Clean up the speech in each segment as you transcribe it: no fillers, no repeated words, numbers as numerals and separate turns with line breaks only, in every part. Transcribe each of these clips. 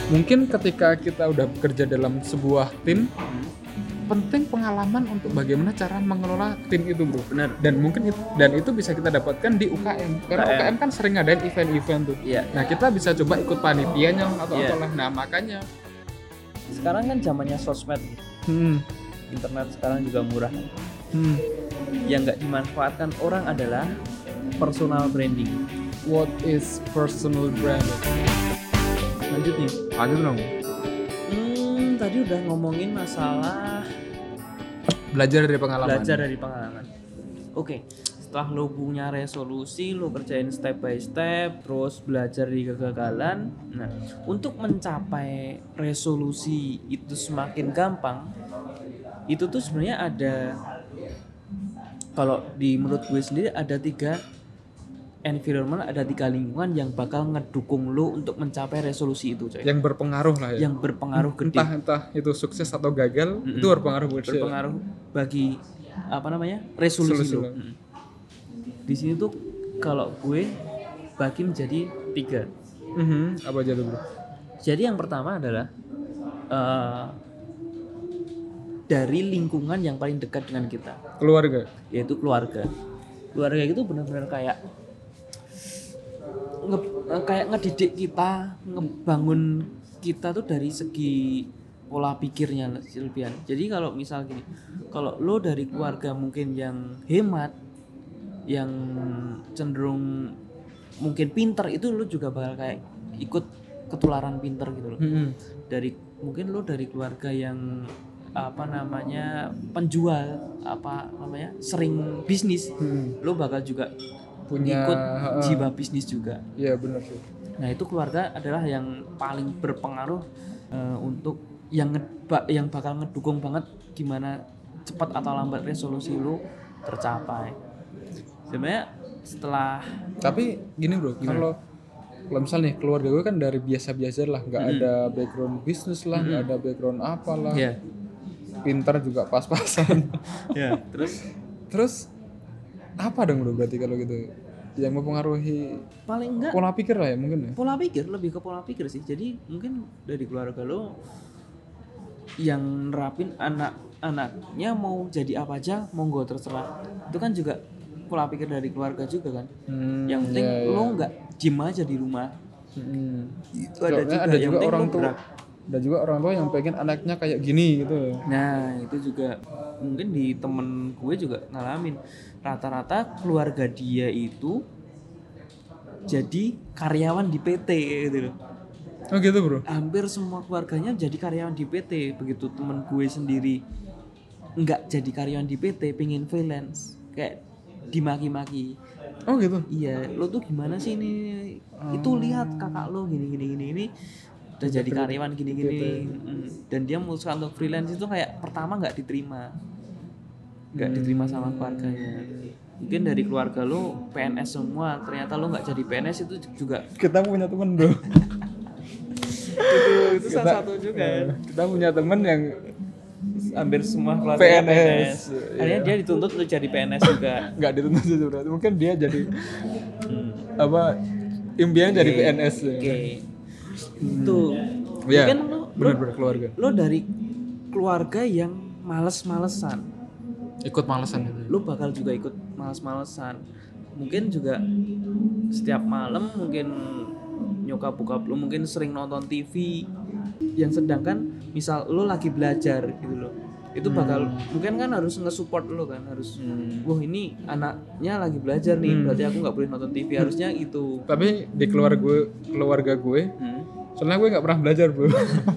Mungkin ketika kita udah bekerja dalam sebuah tim, penting pengalaman untuk bagaimana cara mengelola tim itu, bro.
Benar.
Dan mungkin itu bisa kita dapatkan di UKM. Karena UKM kan sering ngadain event-event tuh.
Iya.
Nah, kita bisa coba ikut panitianya atau apalah. Nah, makanya
sekarang kan zamannya sosmed. Internet sekarang juga murah. Yang nggak dimanfaatkan orang adalah personal branding.
What is personal branding?
Lanjut nih.
Lanjut dong.
Tadi udah ngomongin masalah
Belajar dari pengalaman. Oke. Setelah
lo punya resolusi, lo kerjain step by step, terus belajar dari kegagalan. Nah, untuk mencapai resolusi itu semakin gampang. Itu tuh sebenarnya ada, kalau menurut gue sendiri ada 3 environment, ada 3 lingkungan yang bakal ngedukung lo untuk mencapai resolusi itu, coy.
Yang berpengaruh lah ya.
Yang berpengaruh gede.
Entah itu sukses atau gagal, itu berpengaruh
bagi resolusi lo. Di sini tuh kalau gue bagi menjadi 3.
Apa aja tuh, bro?
Jadi yang pertama adalah dari lingkungan yang paling dekat dengan kita,
keluarga,
yaitu keluarga itu benar-benar kayak ngedidik kita, ngebangun kita tuh dari segi pola pikirnya Silvian. Jadi kalau misal gini, kalau lo dari keluarga mungkin yang hemat, yang cenderung mungkin pinter, itu lo juga bakal kayak ikut ketularan pinter gitu loh. Mungkin lo dari keluarga yang penjual, sering bisnis, lo bakal juga punya ikut jiwa bisnis juga.
Iya, benar sih.
Nah, itu keluarga adalah yang paling berpengaruh untuk yang bakal ngedukung banget gimana cepat atau lambat resolusi lo tercapai. Sebenarnya setelah,
tapi gini, bro, kalau misalnya nih keluarga gue kan dari biasa-biasa lah, nggak ada background bisnis lah, nggak ada background apalah, pintar juga pas-pasan. Terus apa dong, bro, berarti kalau gitu yang mempengaruhi
paling enggak
pola pikir lah ya, mungkin ya?
Pola pikir, lebih ke pola pikir sih. Jadi mungkin dari keluarga lo yang nerapin anaknya mau jadi apa aja, monggo terserah. Itu kan juga pola pikir dari keluarga juga kan. Yang penting lo nggak gym aja di rumah. Itu ada juga
orang tua. Ada juga orang tua yang pengen anaknya kayak gini gitu.
Nah, itu juga mungkin di temen gue juga ngalamin. Rata-rata keluarga dia itu jadi karyawan di PT gitu loh.
Oh gitu, bro?
Hampir semua keluarganya jadi karyawan di PT. Begitu temen gue sendiri nggak jadi karyawan di PT, pengen freelance, kayak dimaki-maki.
Oh gitu?
Iya, lo tuh gimana sih ini? Itu lihat kakak lo gini udah jadi karyawan gini. Dan dia memutuskan untuk freelance itu kayak pertama nggak diterima sama keluarganya. Mungkin dari keluarga lo PNS semua, ternyata lo nggak jadi PNS, itu juga
kita punya temen, bro.
itu salah satu juga.
Kita punya temen yang
hampir semua keluarga PNS. Akhirnya dia dituntut untuk jadi PNS juga.
Nggak dituntut sih, bro. Mungkin dia jadi impian jadi PNS.
Tuh.
Ya,
mungkin
benar-benar keluarga.
Lo dari keluarga yang males-malesan.
Ikut malesan gitu.
Lo bakal juga ikut males-malesan. Mungkin juga setiap malam mungkin nyokap bokap lo mungkin sering nonton TV. Yang sedangkan misal lo lagi belajar gitu loh. Itu bakal mungkin kan harus nge-support lo kan, harus wah ini anaknya lagi belajar nih, berarti aku nggak boleh nonton TV, harusnya itu.
Tapi di keluarga gue soalnya gue nggak pernah belajar, bro.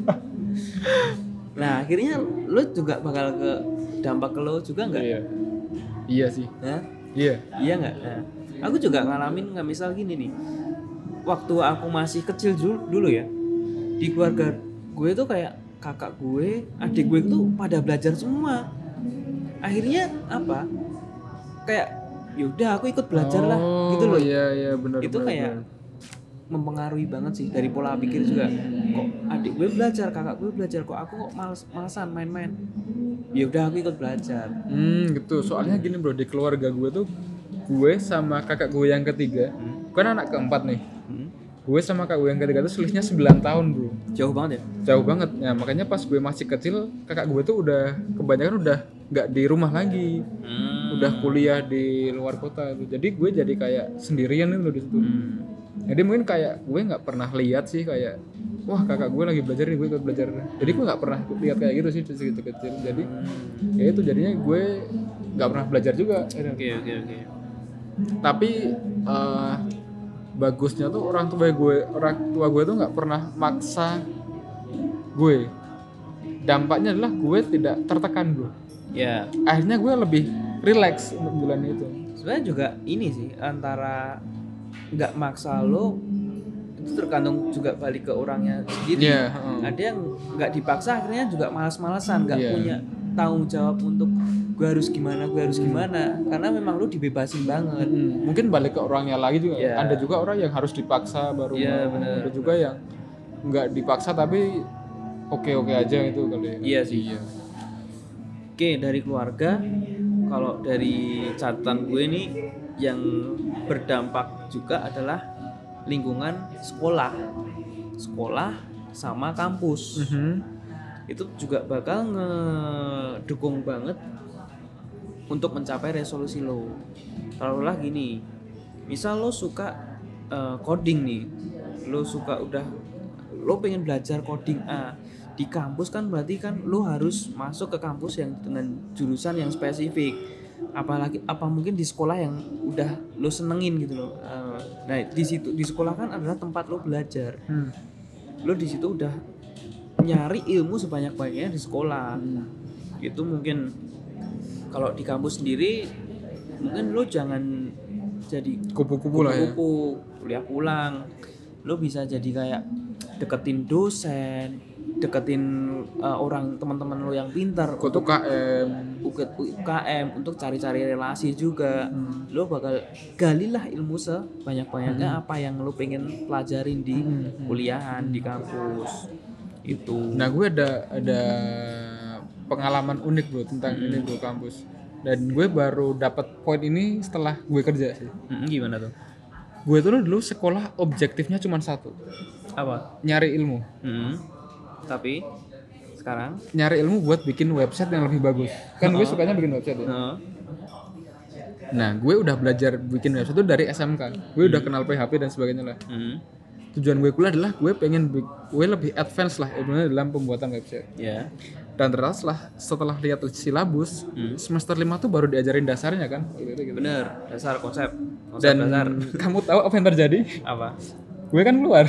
Nah akhirnya lo juga bakal ke dampak ke lo juga nggak?
Iya sih. Iya
nggak? Nah, aku juga ngalamin, nggak, misal gini nih, waktu aku masih kecil dulu ya, di keluarga gue tuh kayak kakak gue, adik gue tuh pada belajar semua. Akhirnya apa? Kayak yaudah aku ikut belajar lah gitu loh.
Iya benar.
Itu kayak mempengaruhi banget sih dari pola pikir juga. Kok adik gue belajar, kakak gue belajar, kok aku kok malesan main-main. Ya udah aku ikut belajar.
Gitu. Soalnya gini, bro, di keluarga gue tuh gue sama kakak gue yang ketiga, kan anak keempat nih. gue sama kakak gue yang ketiga tuh selisihnya 9 tahun bro.
Jauh banget ya?
Jauh banget. Ya makanya pas gue masih kecil kakak gue tuh udah kebanyakan udah nggak di rumah lagi, udah kuliah di luar kota tuh. Jadi gue jadi kayak sendirian itu di situ. Jadi mungkin kayak gue nggak pernah lihat sih kayak wah kakak gue lagi belajar nih gue ikut belajar. Jadi gue nggak pernah lihat kayak gitu sih segitu kecil. Jadi ya itu jadinya gue nggak pernah belajar juga.
Oke.
Tapi bagusnya tuh orang tua gue tuh nggak pernah maksa gue. Dampaknya adalah gue tidak tertekan bro.
Ya.
Akhirnya gue lebih relax untuk menjalani itu.
Sebenarnya juga ini sih antara nggak maksa lo itu tergantung juga balik ke orangnya sendiri. Ada yang nggak dipaksa akhirnya juga malas-malasan, nggak punya tanggung jawab untuk gue harus gimana karena memang lu dibebasin banget.
Mungkin balik ke orangnya lagi juga. Ada juga orang yang harus dipaksa baru mau. Ada juga yang nggak dipaksa tapi oke aja itu kali.
Iya sih. Oke, dari keluarga, kalau dari catatan gue nih yang berdampak juga adalah lingkungan sekolah sama kampus. Itu juga bakal ngedukung banget untuk mencapai resolusi lo. Kalau lah gini, misal lo suka coding nih, lo pengen belajar coding A di kampus kan berarti kan lo harus masuk ke kampus yang dengan jurusan yang spesifik. Apalagi mungkin di sekolah yang udah lo senengin gitu loh. Nah di situ di sekolah kan adalah tempat lo belajar. Lo di situ udah nyari ilmu sebanyak-banyaknya di sekolah. Itu mungkin kalau di kampus sendiri mungkin lo jangan jadi
kupu-kupu lah ya.
Kuliah pulang. Lo bisa jadi kayak deketin dosen, deketin orang teman-teman lo yang pintar,
ikut
UKM untuk cari-cari relasi juga. Lo bakal galilah ilmu sebanyak-banyaknya apa yang lo pengen pelajarin di kuliahan di kampus itu.
Nah gue ada pengalaman unik bro tentang ini bro kampus, dan gue baru dapat poin ini setelah gue kerja sih.
Gimana tuh?
Gue tuh dulu sekolah objektifnya cuma satu,
apa?
Nyari ilmu.
Tapi sekarang
nyari ilmu buat bikin website yang lebih bagus. Kan gue sukanya bikin website ya. Nah gue udah belajar bikin website itu dari SMK. Gue udah kenal PHP dan sebagainya lah. Tujuan gue kuliah adalah gue pengen gue lebih advance lah ilmunya dalam pembuatan website. Dan ternyata setelah lihat silabus semester 5 tuh baru diajarin dasarnya kan gitu.
Bener, dasar konsep
dan
dasar.
Kamu tahu apa yang terjadi?
Apa?
Gue kan keluar.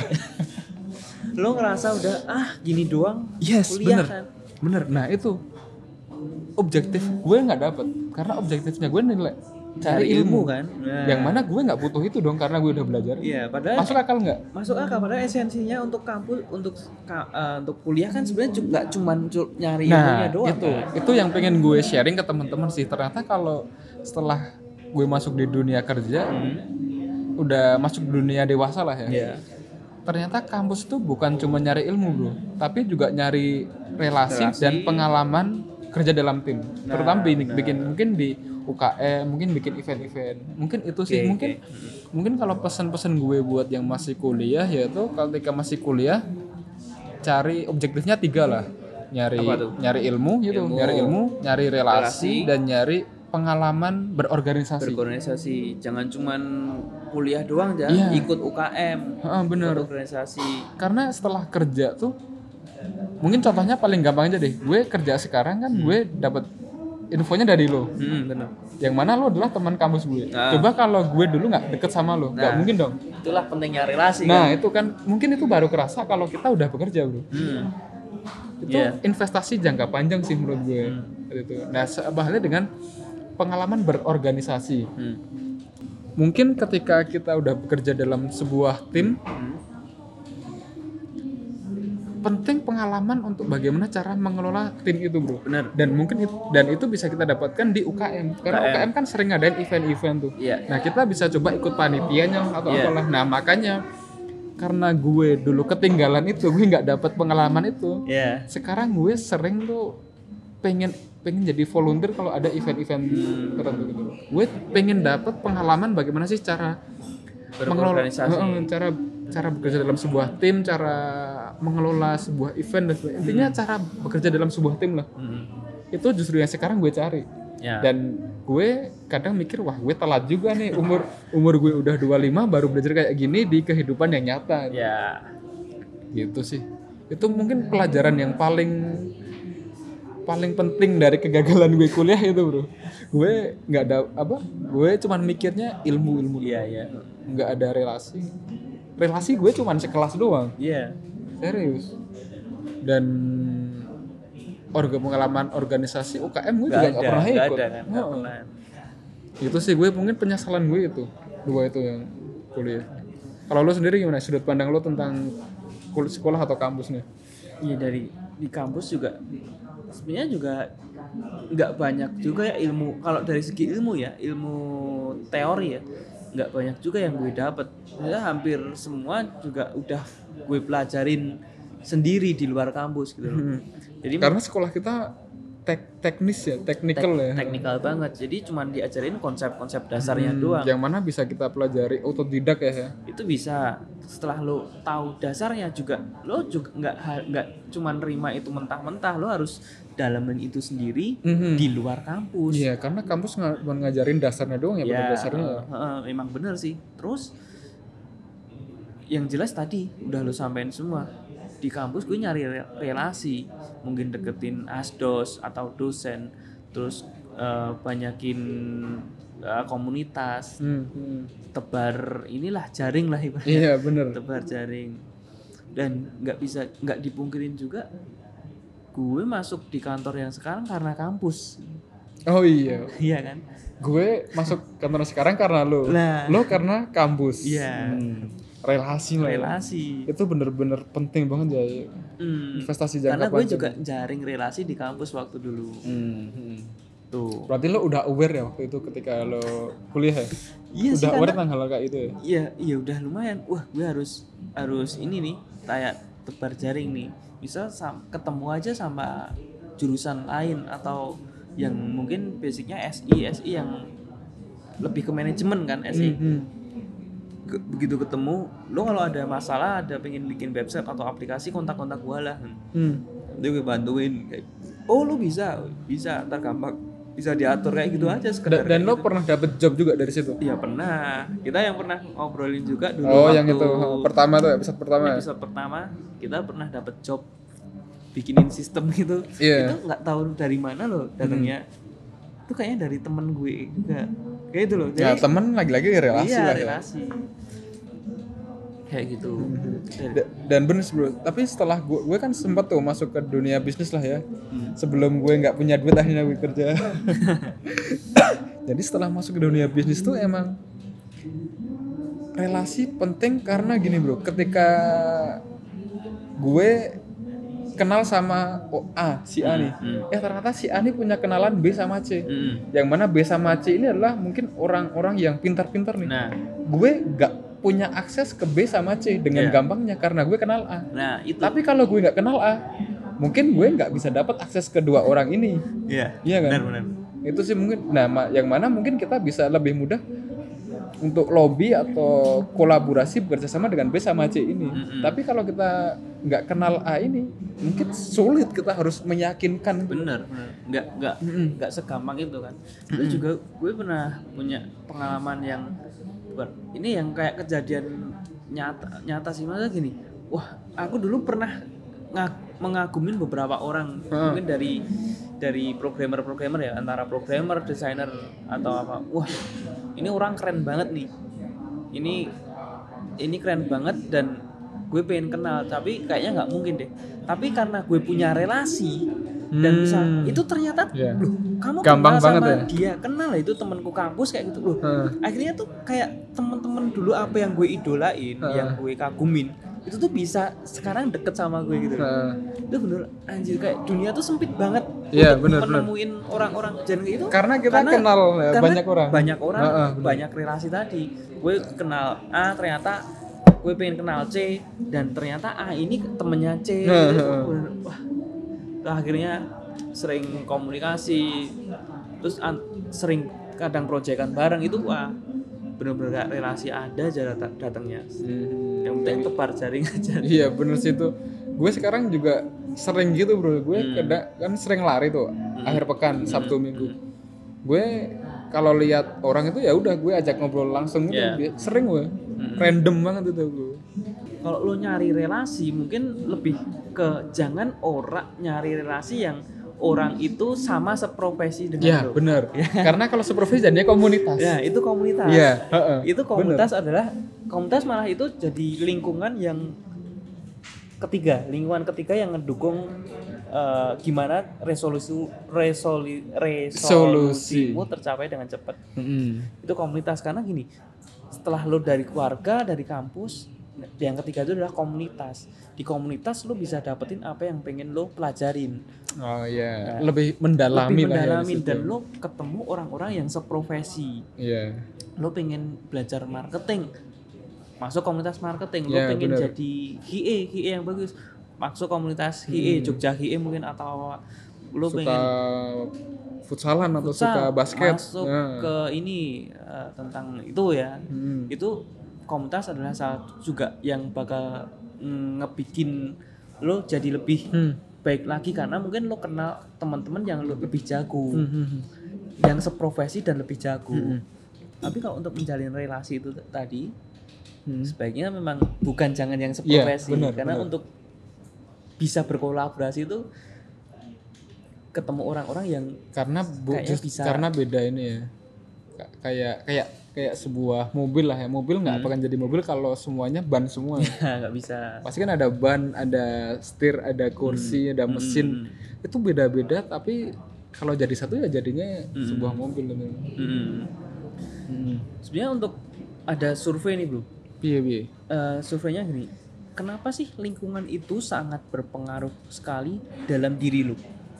Lo ngerasa udah gini doang
kuliah
bener.
Kan? Bener. Nah itu objektif gue nggak dapet karena objektifnya gue nilai cari ilmu kan. Yang mana gue nggak butuh itu dong karena gue udah belajar.
Iya, padahal
masuk akal nggak?
Masuk akal, padahal esensinya untuk kampus untuk kuliah kan sebenarnya nggak cuma nyari ilmunya doang.
Itu yang pengen gue sharing ke teman-teman sih. Ternyata kalau setelah gue masuk di dunia kerja, udah masuk dunia dewasa lah ya. Ternyata kampus itu bukan cuma nyari ilmu bro, tapi juga nyari relasi dan pengalaman kerja dalam tim. Terutama bikin mungkin di UKM, mungkin bikin event-event. Mungkin itu sih mungkin kalau pesan-pesan gue buat yang masih kuliah yaitu ketika masih kuliah cari objektifnya 3 lah. Nyari ilmu gitu, nyari relasi dan nyari pengalaman berorganisasi.
Jangan cuman kuliah doang ikut UKM.
Bener.
Organisasi.
Karena setelah kerja tuh mungkin contohnya paling gampang aja deh. Gue kerja sekarang kan gue dapat infonya dari lo.
Bener.
Yang mana lo adalah teman kampus gue. Coba kalau gue dulu nggak deket sama lo, nggak mungkin dong.
Itulah pentingnya relasi.
Nah itu kan mungkin itu baru kerasa kalau kita udah bekerja bro. Itu investasi jangka panjang sih menurut gue. Gitu. Nah sebaliknya dengan pengalaman berorganisasi. Mungkin ketika kita udah bekerja dalam sebuah tim, penting pengalaman untuk bagaimana cara mengelola tim itu bro.
Benar.
Dan mungkin itu bisa kita dapatkan di UKM. Karena UKM kan sering ngadain event-event tuh. Nah kita bisa coba ikut panitianya atau apalah. Nah makanya karena gue dulu ketinggalan itu, gue nggak dapat pengalaman itu. Sekarang gue sering tuh pengen jadi volunteer kalau ada event-event tertentu gitu. Gue pengen dapat pengalaman bagaimana sih cara mengelola, cara bekerja dalam sebuah tim, cara mengelola sebuah event dan sebagainya. Intinya cara bekerja dalam sebuah tim lah. Itu justru yang sekarang gue cari. Dan gue kadang mikir, wah gue telat juga nih, umur gue udah 25 baru belajar kayak gini di kehidupan yang nyata. Gitu sih. Itu mungkin pelajaran yang paling penting dari kegagalan gue kuliah itu, bro. Gue nggak ada gue cuman mikirnya ilmu. Nggak ada relasi gue cuman sekelas doang. Serius. Dan pengalaman organisasi UKM gue juga nggak pernah ikut.
Nggak pernah.
Itu sih gue mungkin penyesalan gue itu, dua itu yang kuliah. Kalau lo sendiri gimana sudut pandang lo tentang sekolah atau kampus nih?
Iya, dari di kampus juga sebenarnya juga nggak banyak juga ya ilmu. Kalau dari segi ilmu teori ya nggak banyak juga yang gue dapet. Ya hampir semua juga udah gue pelajarin sendiri di luar kampus gitu loh. Jadi
karena sekolah kita technical
banget. Jadi cuman diajarin konsep-konsep dasarnya doang.
Yang mana bisa kita pelajari otodidak ya.
Itu bisa. Setelah lo tahu dasarnya juga, lo juga nggak cuman nerima itu mentah-mentah, lo harus dalamin itu sendiri di luar kampus.
Iya, karena kampus ngajarin dasarnya doang ya, pada dasarnya.
Memang bener sih. Terus yang jelas tadi udah lo sampein semua. Di kampus gue nyari relasi, mungkin deketin asdos atau dosen, terus banyakin komunitas, tebar jaring lah ibaratnya.
Iya bener.
Tebar jaring. Dan nggak dipungkirin juga, gue masuk di kantor yang sekarang karena kampus.
Oh iya.
Iya kan?
Gue masuk kantor sekarang karena lo karena kampus.
Iya.
Relasi itu bener-bener penting banget ya. Investasi jangka panjang.
Karena gue juga jaring relasi di kampus waktu dulu. Tuh.
Berarti lo udah aware ya waktu itu ketika lo kuliah ya?
Iya
udah aware tentang hal kayak itu ya?
Iya udah lumayan. Wah, gue harus ini nih, kayak tebar jaring nih. Bisa ketemu aja sama jurusan lain atau yang mungkin basicnya SI yang lebih ke manajemen kan SI. Begitu ketemu, lo kalau ada masalah, ada pengen bikin website atau aplikasi, kontak-kontak gue lah. Nanti gue bantuin. Oh lo bisa, ntar gampang, bisa diatur kayak gitu aja sekedar.
Dan lo
gitu.
Pernah dapet job juga dari situ?
Iya pernah. Kita yang pernah ngobrolin juga dulu.
Oh yang itu pertama tuh episode pertama.
Episode pertama kita pernah dapet job bikinin sistem gitu. Itu nggak tahu dari mana lo datangnya. Itu kayaknya dari temen gue juga. Kayak itu loh. Jadi,
temen lagi-lagi relasi lah
relasi. Kayak gitu.
Dan bener bro, tapi setelah gue kan sempat tuh masuk ke dunia bisnis lah ya. Sebelum gue nggak punya duit akhirnya gue kerja. Jadi setelah masuk ke dunia bisnis tuh emang relasi penting karena gini bro, ketika gue kenal sama si A nih, ternyata si A nih punya kenalan B sama C, yang mana B sama C ini adalah mungkin orang-orang yang pintar-pintar nih. Gue nggak punya akses ke B sama C dengan gampangnya karena gue kenal A.
Itu.
Tapi kalau gue nggak kenal A, mungkin gue nggak bisa dapat akses ke dua orang ini. Iya kan?
Benar.
Itu sih mungkin. Nah, yang mana mungkin kita bisa lebih mudah untuk lobby atau kolaborasi bekerja sama dengan B sama C ini. Tapi kalau kita nggak kenal A ini, mungkin sulit, kita harus meyakinkan.
Bener. Nggak segampang itu kan. Itu juga gue pernah punya pengalaman yang ini yang kayak kejadian nyata sih, maksudnya gini. Wah, aku dulu pernah mengagumin beberapa orang, mungkin dari programmer ya, antara programmer, desainer atau apa. Wah, ini orang keren banget nih. Ini keren banget dan gue pengen kenal, tapi kayaknya nggak mungkin deh. Tapi karena gue punya relasi dan bisa, itu ternyata loh, kamu
gampang
kenal sama
ya?
dia, kenal lah, itu temanku kampus kayak gitu loh. Akhirnya tuh kayak teman-teman dulu apa yang gue idolain, yang gue kagumin, itu tuh bisa sekarang deket sama gue gitu. Itu bener anjir, kayak dunia tuh sempit banget untuk menemuin orang-orang dan itu
karena kita kenal banyak orang.
Banyak relasi tadi. Gue kenal A, ternyata gue pengen kenal C, dan ternyata A ini temennya C. Wah, akhirnya sering komunikasi, terus sering kadang proyekan bareng. Itu wah bener-bener relasi ada aja datangnya. Yang penting tebar jaring aja.
Iya bener sih itu. Gue sekarang juga sering gitu bro. Gue kan sering lari tuh akhir pekan Sabtu Minggu. Gue kalau lihat orang itu ya udah gue ajak ngobrol langsung gitu. Sering gue. Random banget itu gue.
Kalau lo nyari relasi mungkin lebih ke jangan orang nyari relasi yang orang itu sama seprofesi dengan lo.
Iya benar. Karena kalau seprofesi jadinya komunitas.
Ya itu komunitas.
Iya.
Itu komunitas adalah komunitas malah itu jadi lingkungan yang lingkungan ketiga yang ngedukung gimana resolusimu tercapai dengan cepat. Itu komunitas karena gini, setelah lo dari keluarga, dari kampus, yang ketiga itu adalah komunitas. Di komunitas lo bisa dapetin apa yang pengen lo pelajarin.
Oh iya, lebih mendalami
ya dan lo ketemu orang-orang yang seprofesi.
Iya.
Lo pengen belajar marketing, masuk komunitas marketing. Lo pengen jadi HIE yang bagus, masuk komunitas HIE, Jogja HIE mungkin, atau lo
suka
pengen
futsalan atau suka basket,
masuk ke ini tentang itu ya. Itu komunitas adalah salah juga yang bakal ngebikin lo jadi lebih baik lagi karena mungkin lo kenal teman-teman yang lebih jago, yang seprofesi dan lebih jago. Tapi kalau untuk menjalin relasi itu tadi sebaiknya memang bukan jangan yang seprofesi, karena untuk bisa berkolaborasi itu ketemu orang-orang yang
karena karena beda ini ya, kayak sebuah mobil lah ya. Mobil nggak akan jadi mobil kalau semuanya ban semua.
Nggak bisa.
Pasti kan ada ban, ada setir, ada kursi, ada mesin. Itu beda-beda tapi kalau jadi satu ya jadinya sebuah mobil.
Sebenarnya untuk ada survei nih bro.
Iya.
Surveinya gini. Kenapa sih lingkungan itu sangat berpengaruh sekali dalam diri lo?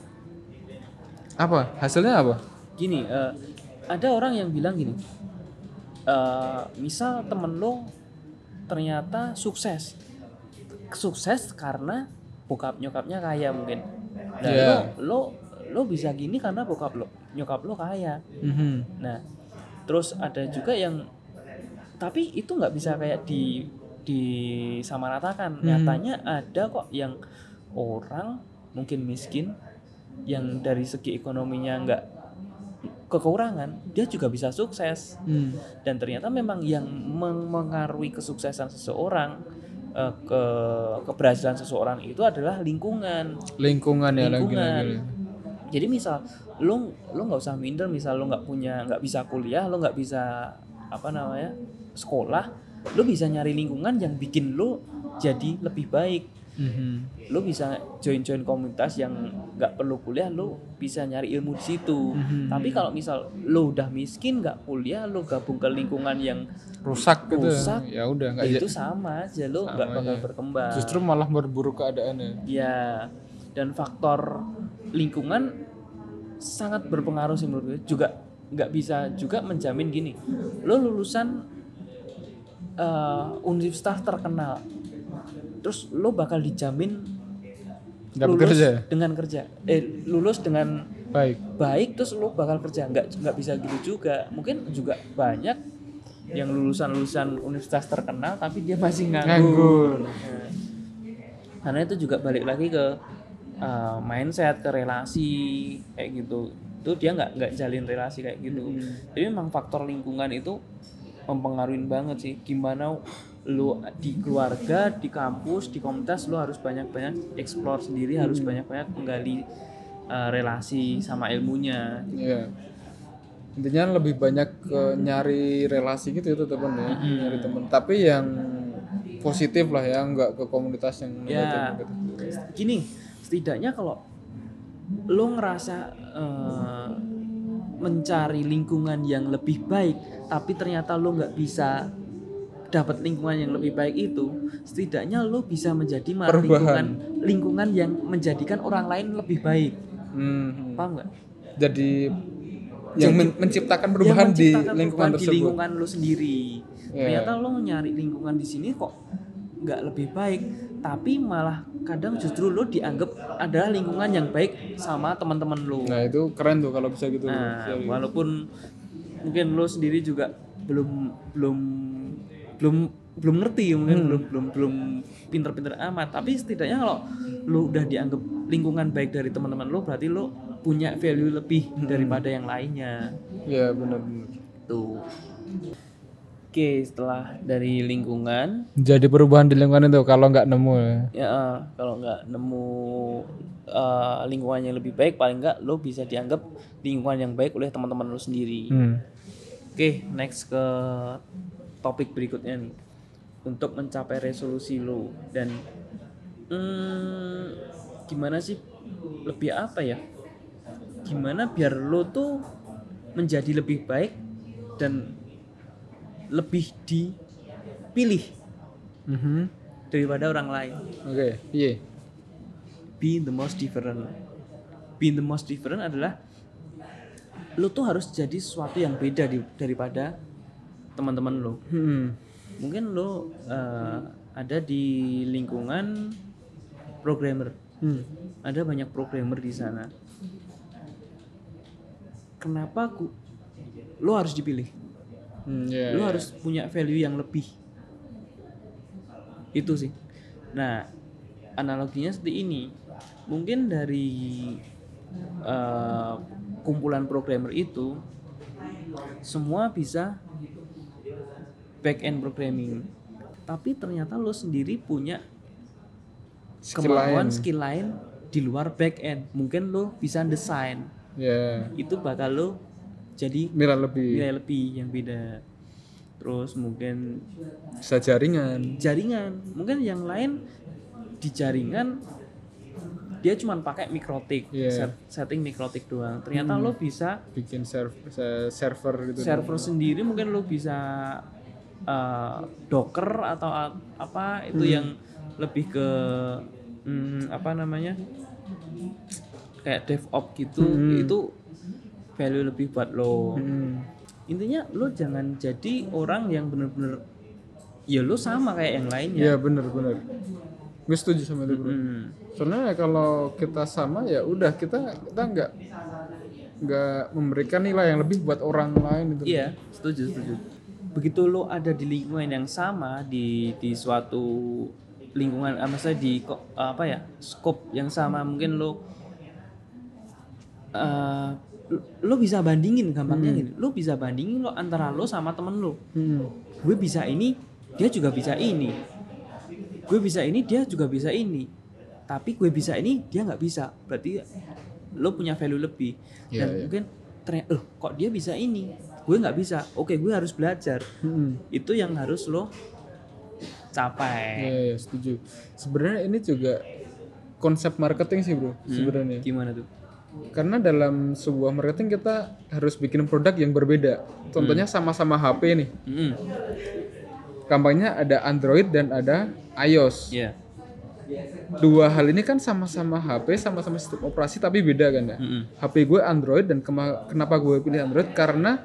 Apa? Hasilnya apa?
Gini, ada orang yang bilang gini. Misal temen lo ternyata sukses karena bokap nyokapnya kaya mungkin. Nah, lo bisa gini karena bokap nyokap lo kaya. Nah, terus ada juga yang tapi itu nggak bisa kayak disamaratakan. Nyatanya ada kok yang orang mungkin miskin yang dari segi ekonominya nggak kekurangan, dia juga bisa sukses. Dan ternyata memang yang mengaruhi kesuksesan seseorang, keberhasilan seseorang itu adalah lingkungan. Jadi misal lo nggak usah minder, misal lo nggak bisa kuliah, lo nggak bisa sekolah, lo bisa nyari lingkungan yang bikin lo jadi lebih baik. Lo bisa join komunitas yang nggak perlu kuliah, lo bisa nyari ilmu di situ. Tapi kalau misal lo udah miskin nggak kuliah, lo gabung ke lingkungan yang
rusak ya udah nggak,
itu sama aja, lo nggak bakal berkembang,
justru malah memperburuk keadaannya.
Ya, dan faktor lingkungan sangat berpengaruh sih menurut gue. Juga nggak bisa juga menjamin gini, lo lulusan universitas terkenal terus lo bakal dijamin lulus dengan kerja, lulus dengan baik terus lo bakal kerja. Nggak bisa gitu juga. Mungkin juga banyak yang lulusan universitas terkenal tapi dia masih nganggur. Nah, karena itu juga balik lagi ke mindset, ke relasi kayak gitu. Itu dia nggak jalin relasi kayak gitu. Jadi memang faktor lingkungan itu mempengaruhi banget sih. Gimana lu di keluarga, di kampus, di komunitas, lu harus banyak-banyak explore sendiri, harus banyak-banyak menggali relasi sama ilmunya.
Iya. Intinya lebih banyak nyari relasi gitu ya teman ya, nyari teman. Tapi yang positif lah ya, nggak ke komunitas yang negatif gitu.
Gini, setidaknya kalau lu ngerasa mencari lingkungan yang lebih baik, tapi ternyata lu nggak bisa dapat lingkungan yang lebih baik itu, setidaknya lo bisa menjadi lingkungan yang menjadikan orang lain lebih baik. Paham nggak?
Jadi menciptakan perubahan di lingkungan tersebut.
Di lingkungan lo sendiri. Ternyata lo nyari lingkungan di sini kok nggak lebih baik, tapi malah kadang justru lo dianggap adalah lingkungan yang baik sama teman-teman lo.
Nah itu keren tuh kalau bisa gitu.
Nah, walaupun mungkin lo sendiri juga belum ngerti mungkin belum pinter-pinter amat, tapi setidaknya kalau lu udah dianggap lingkungan baik dari teman-teman lu, berarti lu punya value lebih daripada yang lainnya.
Ya benar
tuh. Oke, setelah dari lingkungan,
jadi perubahan di lingkungan itu kalau nggak nemu
kalau nggak nemu lingkungan yang lebih baik, paling nggak lo bisa dianggap lingkungan yang baik oleh teman-teman lo sendiri. Oke, next ke topik berikutnya nih, untuk mencapai resolusi lo dan gimana sih, lebih apa ya, gimana biar lo tuh menjadi lebih baik dan lebih dipilih daripada orang lain.
Oke, iya.
Be the most different. Be the most different adalah lo tuh harus jadi sesuatu yang beda daripada teman-teman lo. Mungkin lo ada di lingkungan programmer, ada banyak programmer di sana. Kenapa lo harus dipilih? Lo harus punya value yang lebih. Itu sih. Nah, analoginya seperti ini. Mungkin dari kumpulan programmer itu semua bisa back-end programming, tapi ternyata lo sendiri punya kemampuan skill lain di luar back-end. Mungkin lo bisa desain. Itu bakal lo jadi nilai lebih yang beda. Terus mungkin
bisa jaringan.
Mungkin yang lain di jaringan dia cuma pakai MikroTik, setting MikroTik doang. Ternyata lo bisa
bikin server gitu.
Server sendiri, mungkin lo bisa Docker atau apa itu yang lebih ke apa namanya, kayak DevOps gitu. Itu value lebih buat lo. Intinya lo jangan jadi orang yang bener-bener ya lo sama kayak yang lainnya.
Iya bener. Gue setuju sama itu bro. Soalnya kalau kita sama ya udah kita nggak memberikan nilai yang lebih buat orang lain itu.
Iya, setuju. Begitu lo ada di lingkungan yang sama, di suatu lingkungan, maksudnya di scope yang sama, mungkin lo bisa bandingin, gampangnya gini, lo bisa bandingin lo antara lo sama temen lo. Gue bisa ini, dia juga bisa ini. Gue bisa ini, dia juga bisa ini. Tapi gue bisa ini, dia nggak bisa. Berarti lo punya value lebih. Dan mungkin ternyata, kok dia bisa ini, gue nggak bisa. Oke, gue harus belajar. Itu yang harus lo capai.
Iya, setuju. Sebenarnya ini juga konsep marketing sih bro. Sebenarnya.
Gimana tuh?
Karena dalam sebuah marketing kita harus bikin produk yang berbeda. Contohnya sama-sama HP nih. Kampanye ada Android dan ada iOS. Dua hal ini kan sama-sama HP, sama-sama sistem operasi tapi beda kan ya. HP gue Android dan kenapa gue pilih Android? Karena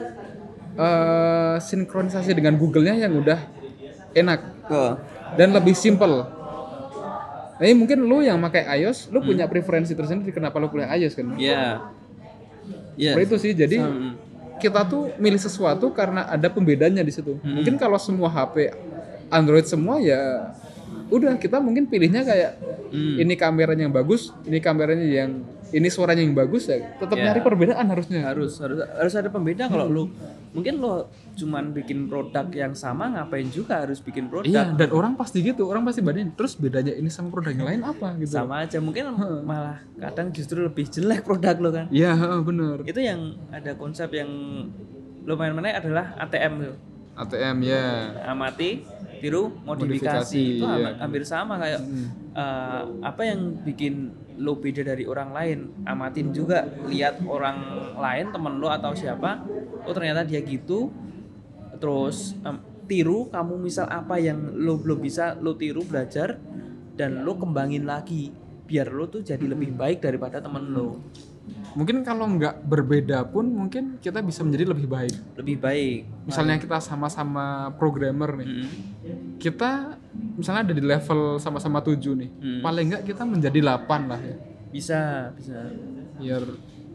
sinkronisasi dengan Google-nya yang udah enak dan lebih simple. Nah, mungkin lu yang pakai iOS, lu punya preferensi tersendiri kenapa lu pilih iOS kan? Seperti itu sih. Jadi kita tuh milih sesuatu karena ada pembedanya di situ. Mungkin kalau semua HP Android semua ya udah kita mungkin pilihnya kayak ini kameranya yang bagus, ini kameranya yang ini suaranya yang bagus ya. Tetap nyari perbedaan harusnya.
Harus ada pembeda. Kalau lu mungkin lo cuman bikin produk yang sama, ngapain juga harus bikin produk.
Iya, dan orang pasti gitu, orang pasti bandingin. Terus bedanya ini sama produk yang lain apa gitu.
Sama aja, mungkin malah kadang justru lebih jelek produk lo kan.
Iya, benar.
Itu yang ada konsep yang lumayan menarik adalah ATM tuh.
ATM ya.
Amati, tiru, modifikasi. Itu hampir sama kayak apa yang bikin lo beda dari orang lain, amatin juga, lihat orang lain, temen lo atau siapa, oh ternyata dia gitu, terus tiru, kamu misal apa yang lo belum bisa, lo tiru, belajar, dan lo kembangin lagi, biar lo tuh jadi lebih baik daripada temen lo.
Mungkin kalau nggak berbeda pun mungkin kita bisa menjadi lebih baik. Misalnya kita sama-sama programmer nih, kita misalnya ada di level sama-sama 7 nih, paling nggak kita menjadi 8 lah ya.
Bisa.
Biar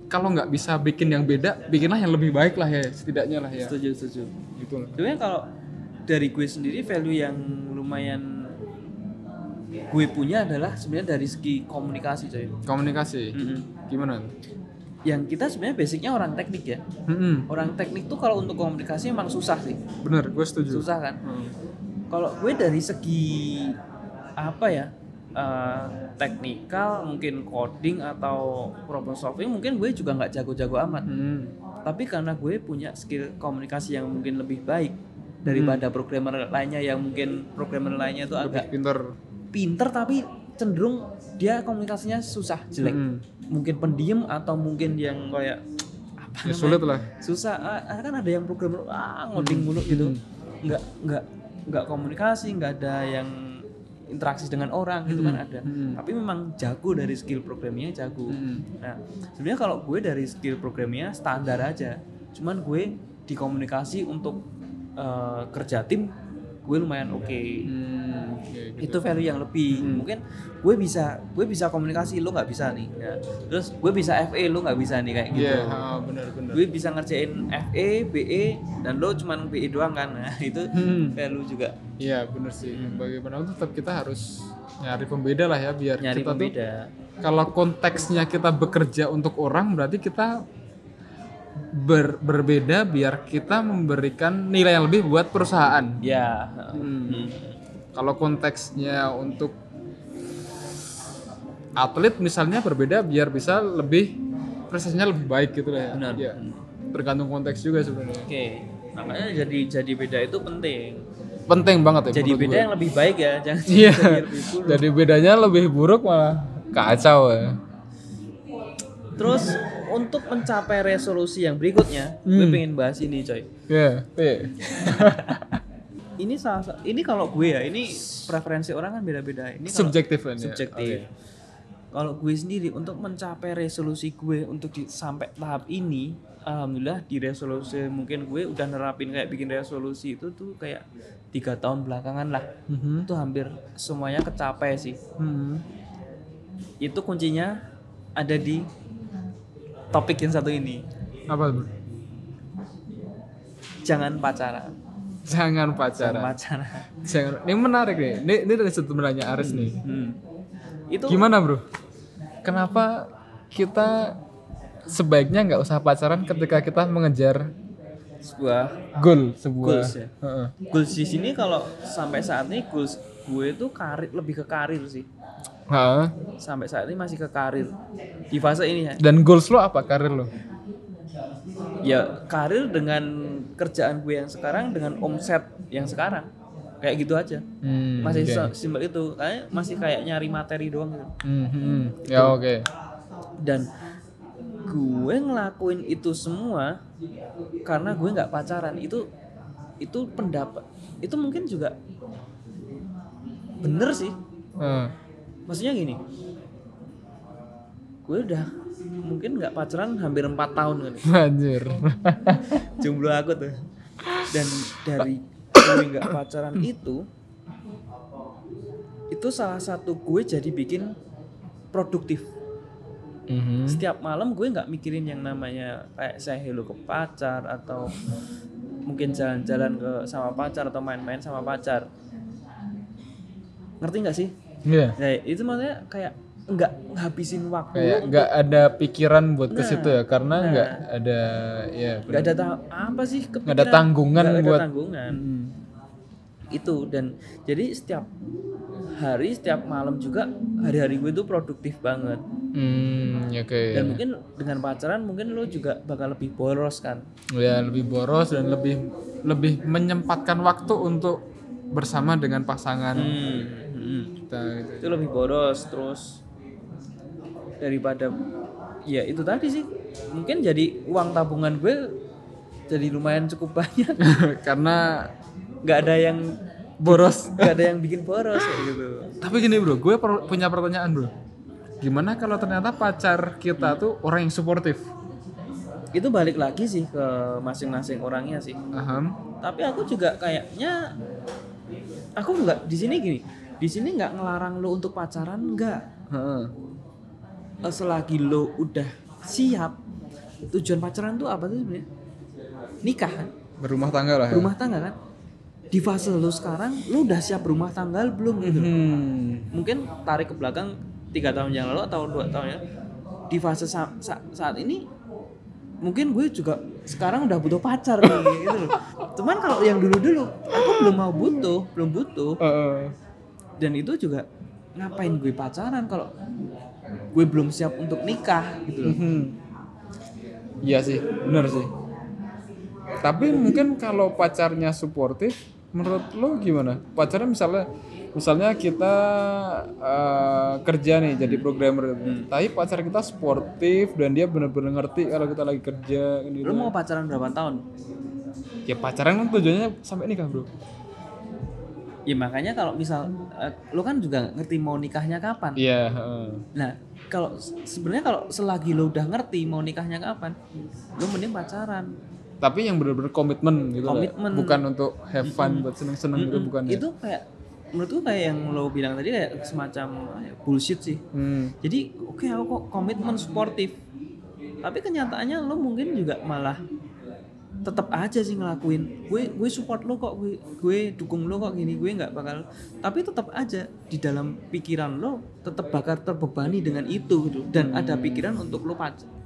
kalau nggak bisa bikin yang beda, bikinlah yang lebih baik lah ya, setidaknya lah ya.
Setuju.
Gitu lah.
Sebenarnya kalau dari gue sendiri value yang lumayan gue punya adalah sebenarnya dari segi komunikasi coy.
Komunikasi. Gimana?
Yang kita sebenarnya basicnya orang teknik ya. Orang teknik tuh kalau untuk komunikasi emang susah sih.
Bener, gue setuju.
Susah kan. Kalau gue dari segi apa ya, teknikal mungkin coding atau problem solving mungkin gue juga nggak jago-jago amat. Tapi karena gue punya skill komunikasi yang mungkin lebih baik daripada programmer lainnya yang mungkin programmer lainnya tuh agak pinter tapi cenderung dia komunikasinya susah, jelek. Mungkin pendiam atau mungkin yang kayak apa namanya?
Sulit lah.
Susah. Kan ada yang programmer ngoding mulu gitu. Enggak komunikasi, enggak ada yang interaksi dengan orang gitu kan ada. Tapi memang jago dari skill programmingnya jago. Nah, sebenarnya kalau gue dari skill programmingnya standar aja. Cuman gue di komunikasi untuk kerja tim gue lumayan oke. Gitu. Itu value yang lebih. Mungkin gue bisa komunikasi, lo nggak bisa nih. Ya. Terus gue bisa FE, lo nggak bisa nih kayak gitu.
Benar.
Gue bisa ngerjain FE, BE, dan lo cuman BE doang kan. Nah itu value juga.
Iya benar sih. Bagaimanapun tetap kita harus nyari pembeda lah ya biar
nyari
kita
pembeda.
Tuh kalau konteksnya kita bekerja untuk orang berarti kita berbeda biar kita memberikan nilai yang lebih buat perusahaan.
Ya.
Kalau konteksnya untuk atlet misalnya berbeda biar bisa lebih prestasinya lebih baik gitu lah ya.
Benar.
Ya. Tergantung konteks juga sebenarnya.
Oke. Makanya jadi beda itu penting.
Penting banget ya.
Jadi beda yang lebih baik ya, jangan
jadi lebih buruk. Jadi bedanya lebih buruk malah kacau ya.
Terus untuk mencapai resolusi yang berikutnya, gue pengen bahas ini coy.
Iya.
Ini kalau gue ya, ini preferensi orang kan beda-beda. Ini
subjektif kan.
Subjektif. Okay. Kalau gue sendiri untuk mencapai resolusi gue untuk sampai tahap ini, alhamdulillah di resolusi mungkin gue udah nerapin kayak bikin resolusi itu tuh kayak 3 tahun belakangan lah. Itu hampir semuanya kecapai sih. Itu kuncinya ada di topik yang satu ini.
Apa bro?
Jangan pacaran.
Jangan pacaran. Ini menarik nih. Ini dari sebenarnya Aris nih. Itu gimana bro? Kenapa kita sebaiknya nggak usah pacaran ketika kita mengejar
sebuah
goals
ya. Goals di sini kalau sampai saat ini goals gue itu lebih ke karir sih. Sampai saat ini masih ke karir di fase ini ya. Dan
goals lo apa karir lo?
Ya karir dengan kerjaan gue yang sekarang dengan omset yang sekarang kayak gitu aja. Masih simpel itu, kayak masih kayak nyari materi doang gitu.
Ya oke.
Dan gue ngelakuin itu semua karena gue nggak pacaran. Itu pendapat itu mungkin juga bener sih. Maksudnya gini, gue udah mungkin nggak pacaran hampir 4 tahun kan.
Anjir.
Jomblo aku tuh. Dan dari gue nggak pacaran itu salah satu gue jadi bikin produktif. Setiap malam gue nggak mikirin yang namanya kayak saya hello ke pacar atau mungkin jalan-jalan sama pacar atau main-main sama pacar. Ngerti nggak sih?
Iya.
Nah, itu maksudnya kayak nggak ngabisin waktu.
Kayak nggak ada pikiran buat ke situ ya, karena nggak ada ya.
Nggak ada apa sih?
Nggak ada tanggungan buat.
Itu dan jadi setiap hari, setiap malam juga hari-hari gue itu produktif banget.
Okay.
Dan mungkin dengan pacaran mungkin lo juga bakal lebih boros kan?
Ya lebih boros dan lebih menyempatkan waktu untuk bersama dengan pasangan. Kita gitu.
Itu lebih boros terus daripada ya itu tadi sih mungkin jadi uang tabungan gue jadi lumayan cukup banyak karena nggak ada yang
boros,
nggak ada yang bikin boros kayak gitu.
Tapi gini bro, gue punya pertanyaan bro, gimana kalau ternyata pacar kita tuh orang yang suportif?
Itu balik lagi sih ke masing-masing orangnya sih. Tapi aku juga kayaknya aku nggak di sini nggak ngelarang lo untuk pacaran, nggak. Selagi lo udah siap tujuan pacaran tuh apa tuh sebenarnya? Nikah kan?
Berumah tangga lah ya.
Berumah tangga kan? Di fase lu sekarang, lu udah siap berumah tangga belum gitu? Mungkin tarik ke belakang 3 tahun yang lalu atau 2 tahun ya. Di fase saat ini mungkin gue juga sekarang udah butuh pacar nih gitu loh. Cuman kalau yang dulu-dulu aku belum butuh. Dan itu juga ngapain gue pacaran kalau gue belum siap untuk nikah gitu loh.
Iya sih, benar sih. Tapi mungkin kalau pacarnya suportif, menurut lo gimana? Pacarnya misalnya kita kerja nih jadi programmer, tapi pacar kita suportif dan dia benar-benar ngerti kalau kita lagi kerja. Gitu.
Lo mau pacaran berapa tahun?
Ya pacaran kan tujuannya sampai nikah bro.
Ya makanya kalau misal lo kan juga ngerti mau nikahnya kapan.
Iya.
Nah kalau sebenarnya kalau selagi lo udah ngerti mau nikahnya kapan, lo mending pacaran.
Tapi yang benar-benar komitmen gitu lah. Bukan untuk have fun buat seneng-seneng gitu bukan.
Itu kayak menurutku kayak yang lo bilang tadi kayak semacam bullshit sih. Jadi oke, aku kok komitmen sportif, tapi kenyataannya lo mungkin juga malah tetap aja sih ngelakuin gue support lo kok, gue dukung lo kok gini, gue nggak bakal, tapi tetap aja di dalam pikiran lo tetap bakal terbebani dengan itu gitu. Dan ada pikiran untuk lo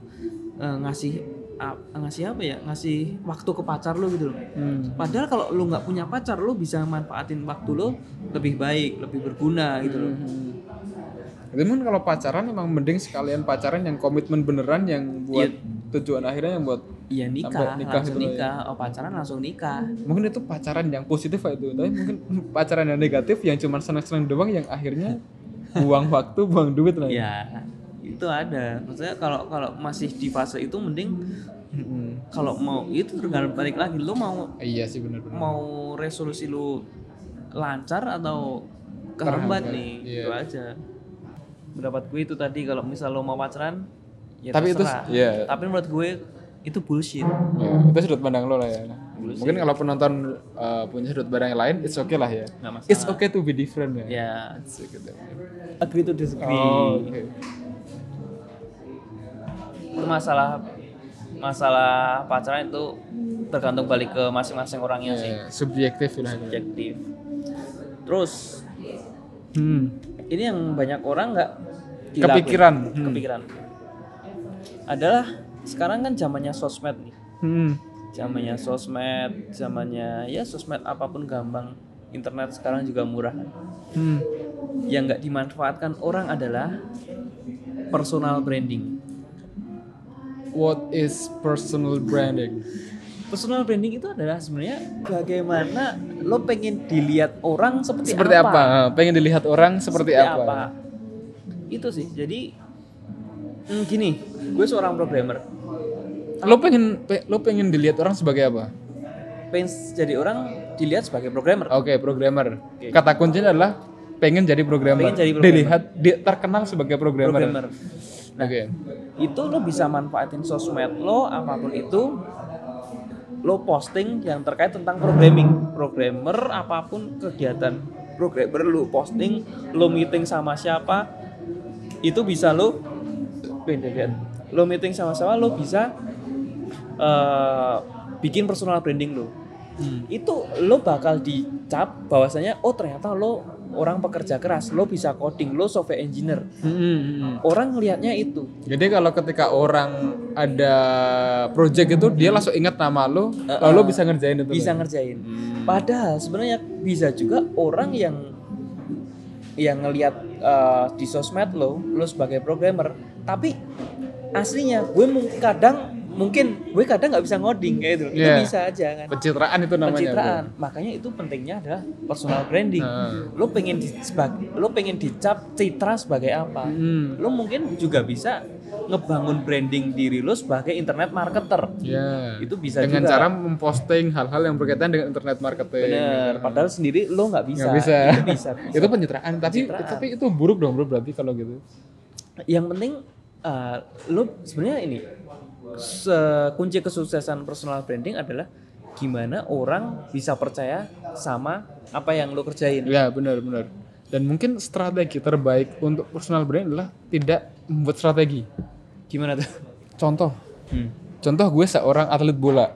ngasih waktu ke pacar lo gitu loh. Padahal kalau lo nggak punya pacar, lo bisa manfaatin waktu lo lebih baik, lebih berguna gitu loh.
Cuman kalau pacaran emang mending sekalian pacaran yang komitmen beneran, yang buat tujuan akhirnya yang buat
nikah langsung gitu nikah ya. Pacaran langsung nikah.
Mungkin itu pacaran yang positif itu, tapi mungkin pacaran yang negatif yang cuma senang-senang doang yang akhirnya buang waktu, buang duit lah.
Ya itu ada. Maksudnya kalau masih di fase itu mending kalau mau itu tergantung balik lagi lo mau.
Iya sih benar.
Mau resolusi lo lancar atau kehambat nih. Itu aja. Pendapat gue itu tadi, kalau misal lo mau pacaran ya tapi terserah. Tapi menurut gue itu bullshit.
Itu sudut pandang lo lah ya. Bullshit. Mungkin kalau penonton punya sudut pandang yang lain, it's okay lah ya. It's okay to be different ya.
Ya. Agree to disagree.
Okay.
Itu masalah pacaran itu tergantung balik ke masing-masing orangnya sih.
Subjektif lah.
Subjektif. Terus ini yang banyak orang nggak kepikiran adalah sekarang kan zamannya sosmed nih. Zamannya sosmed, sosmed apapun gampang. Internet sekarang juga murah. Yang nggak dimanfaatkan orang adalah personal branding.
What is personal branding?
Personal branding itu adalah sebenarnya bagaimana lo pengen dilihat orang seperti
apa? Pengen dilihat orang seperti apa?
Itu sih. Jadi gini, gue seorang programmer.
Lo pengen dilihat orang sebagai apa?
Pengen jadi orang dilihat sebagai programmer.
Oke, programmer. Kata kuncinya adalah pengen jadi programmer. Dilihat terkenal sebagai programmer.
Nah, itu lo bisa manfaatin sosmed lo apapun itu. Lo posting yang terkait tentang programmer apapun kegiatan programmer lo posting, lo meeting sama siapa itu bisa lo meeting sama siapa lo bisa bikin personal branding lo. Itu lo bakal dicap bahwasanya ternyata lo orang pekerja keras, lo bisa coding, lo software engineer. Orang ngelihatnya itu.
Jadi kalau ketika orang ada project itu dia langsung ingat nama lo, lalu bisa ngerjain itu.
Bisa ngerjain. Padahal sebenarnya bisa juga orang yang ngelihat di sosmed lo sebagai programmer, tapi aslinya gue kadang nggak bisa ngoding kayak itu. Itu bisa aja kan.
Pencitraan itu namanya.
Makanya itu pentingnya adalah personal branding. Lo pengen dicap citra sebagai apa? Lo mungkin juga bisa ngebangun branding diri lo sebagai internet marketer. Itu bisa
dengan
juga.
cara memposting hal-hal yang berkaitan dengan internet marketing.
Bener. Padahal sendiri lo nggak bisa.
Itu
bisa.
Itu pencitraan. Tapi itu buruk dong bro, berarti kalau gitu.
Yang penting lo sebenarnya ini. Kunci kesuksesan personal branding adalah gimana orang bisa percaya sama apa yang lo kerjain.
Ya benar. Dan mungkin strategi terbaik untuk personal branding adalah tidak membuat strategi.
Gimana tuh?
Contoh, contoh gue seorang atlet bola.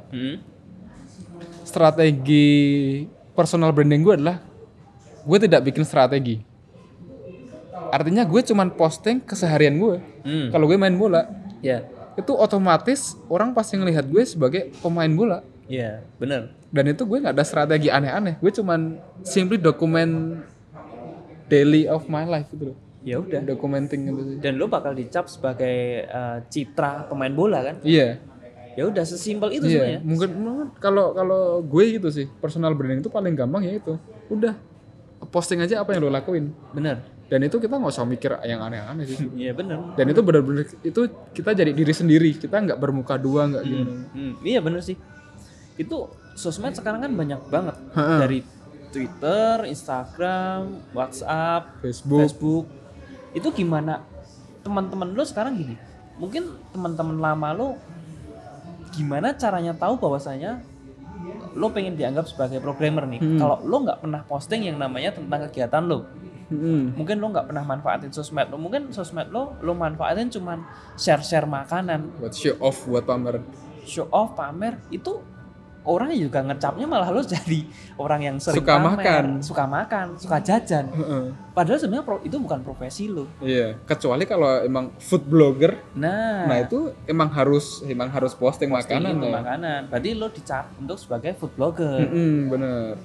Strategi personal branding gue adalah gue tidak bikin strategi. Artinya gue cuman posting keseharian gue. Kalau gue main bola, itu otomatis orang pasti ngelihat gue sebagai pemain bola.
Iya, benar.
Dan itu gue nggak ada strategi aneh-aneh. Gue cuman simply dokumen daily of my life gitu loh.
Ya udah.
Documenting gitu sih.
Dan lo bakal dicap sebagai citra pemain bola kan?
Iya.
Ya udah sesimpel itu sebenarnya.
Mungkin kalau gue gitu sih, personal branding itu paling gampang ya itu. Udah posting aja apa yang lo lakuin.
Bener.
Dan itu kita nggak usah mikir yang aneh-aneh sih.
Iya bener.
Dan itu benar-benar itu kita jadi diri sendiri. Kita nggak bermuka dua nggak gimana.
Iya bener sih. Itu sosmed sekarang kan banyak banget. Dari Twitter, Instagram, WhatsApp, Facebook. Itu gimana teman-teman lo sekarang gini? Mungkin teman-teman lama lo gimana caranya tahu bahwasanya lo pengen dianggap sebagai programmer nih. Kalau lo nggak pernah posting yang namanya tentang kegiatan lo, mungkin lo nggak pernah manfaatin sosmed lo, mungkin sosmed lo manfaatin cuman share makanan,
buat show off, buat pamer.
Show off, pamer, itu orang juga ngecapnya malah lo jadi orang yang sering
suka
pamer, suka jajan. Padahal sebenarnya itu bukan profesi lo.
Iya, kecuali kalau emang food blogger.
Nah
itu emang harus posting makanan.
Makanan. Berarti lo dicap untuk sebagai food blogger.
Bener.